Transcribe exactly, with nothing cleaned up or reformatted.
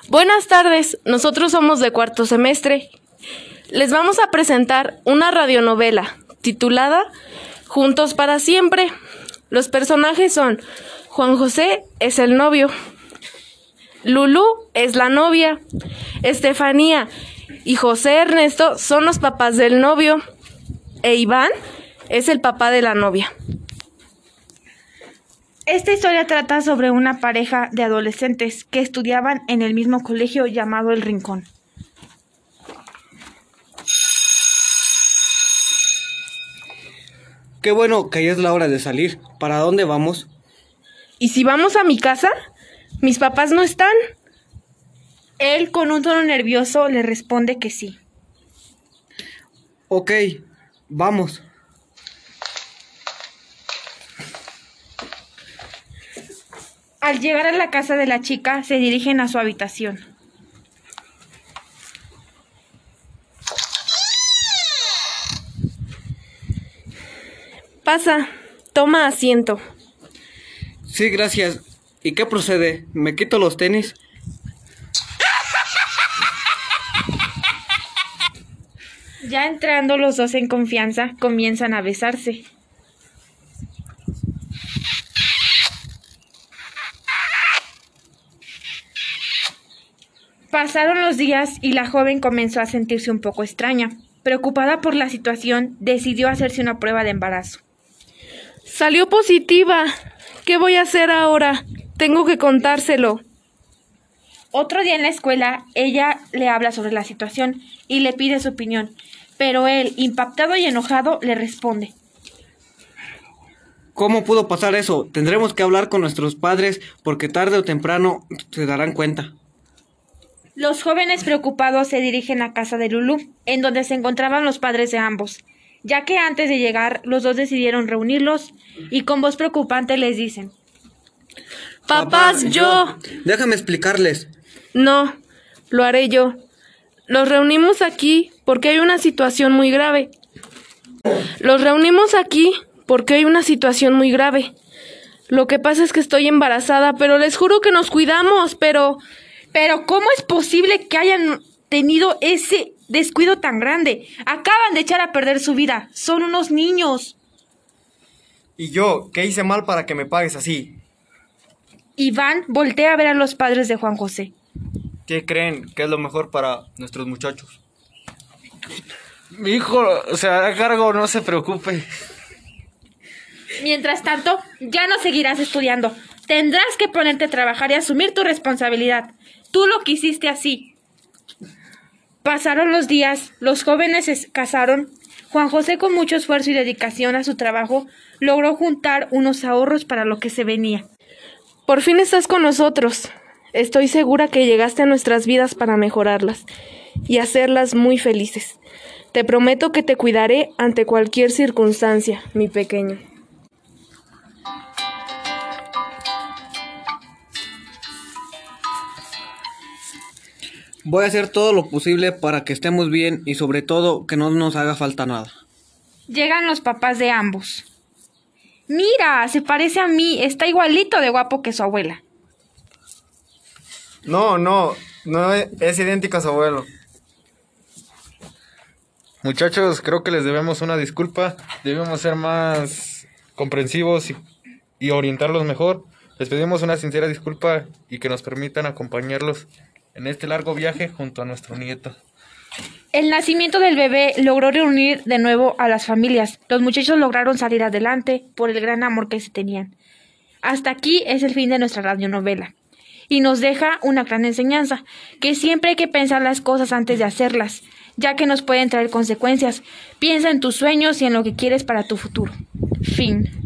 Buenas tardes, nosotros somos de cuarto semestre. Les vamos a presentar una radionovela titulada Juntos para siempre. Los personajes son Juan José es el novio, Lulú es la novia, Estefanía y José Ernesto son los papás del novio e Iván es el papá de la novia. Esta historia trata sobre una pareja de adolescentes que estudiaban en el mismo colegio llamado El Rincón. Qué bueno que ya es la hora de salir. ¿Para dónde vamos? ¿Y si vamos a mi casa? Mis papás no están. Él, con un tono nervioso, le responde que sí. Ok, vamos. Al llegar a la casa de la chica, se dirigen a su habitación. Pasa, toma asiento. Sí, gracias. ¿Y qué procede? ¿Me quito los tenis? Ya entrando los dos en confianza, comienzan a besarse. Pasaron los días y la joven comenzó a sentirse un poco extraña. Preocupada por la situación, decidió hacerse una prueba de embarazo. Salió positiva. ¿Qué voy a hacer ahora? Tengo que contárselo. Otro día en la escuela, ella le habla sobre la situación y le pide su opinión, pero él, impactado y enojado, le responde. ¿Cómo pudo pasar eso? Tendremos que hablar con nuestros padres porque tarde o temprano se darán cuenta. Los jóvenes preocupados se dirigen a casa de Lulú, en donde se encontraban los padres de ambos, ya que antes de llegar los dos decidieron reunirlos y con voz preocupante les dicen: Papás, Papá, yo... Déjame explicarles. No, lo haré yo. Los reunimos aquí porque hay una situación muy grave. Los reunimos aquí porque hay una situación muy grave. Lo que pasa es que estoy embarazada, pero les juro que nos cuidamos, pero... Pero ¿cómo es posible que hayan tenido ese descuido tan grande? Acaban de echar a perder su vida. Son unos niños. ¿Y yo? ¿Qué hice mal para que me pagues así? Iván voltea a ver a los padres de Juan José. ¿Qué creen que es lo mejor para nuestros muchachos? Mi hijo se hará cargo, no se preocupe. Mientras tanto, ya no seguirás estudiando. Tendrás que ponerte a trabajar y asumir tu responsabilidad. Tú lo quisiste así. Pasaron los días, los jóvenes se casaron. Juan José, con mucho esfuerzo y dedicación a su trabajo, logró juntar unos ahorros para lo que se venía. Por fin estás con nosotros. Estoy segura que llegaste a nuestras vidas para mejorarlas y hacerlas muy felices. Te prometo que te cuidaré ante cualquier circunstancia, mi pequeño. Voy a hacer todo lo posible para que estemos bien y sobre todo que no nos haga falta nada. Llegan los papás de ambos. Mira, se parece a mí, está igualito de guapo que su abuela. No, no, no es, es idéntico a su abuelo. Muchachos, creo que les debemos una disculpa. Debemos ser más comprensivos y, y orientarlos mejor. Les pedimos una sincera disculpa y que nos permitan acompañarlos en este largo viaje junto a nuestro nieto. El nacimiento del bebé logró reunir de nuevo a las familias. Los muchachos lograron salir adelante por el gran amor que se tenían. Hasta aquí es el fin de nuestra radionovela. Y nos deja una gran enseñanza, que siempre hay que pensar las cosas antes de hacerlas, ya que nos pueden traer consecuencias. Piensa en tus sueños y en lo que quieres para tu futuro. Fin.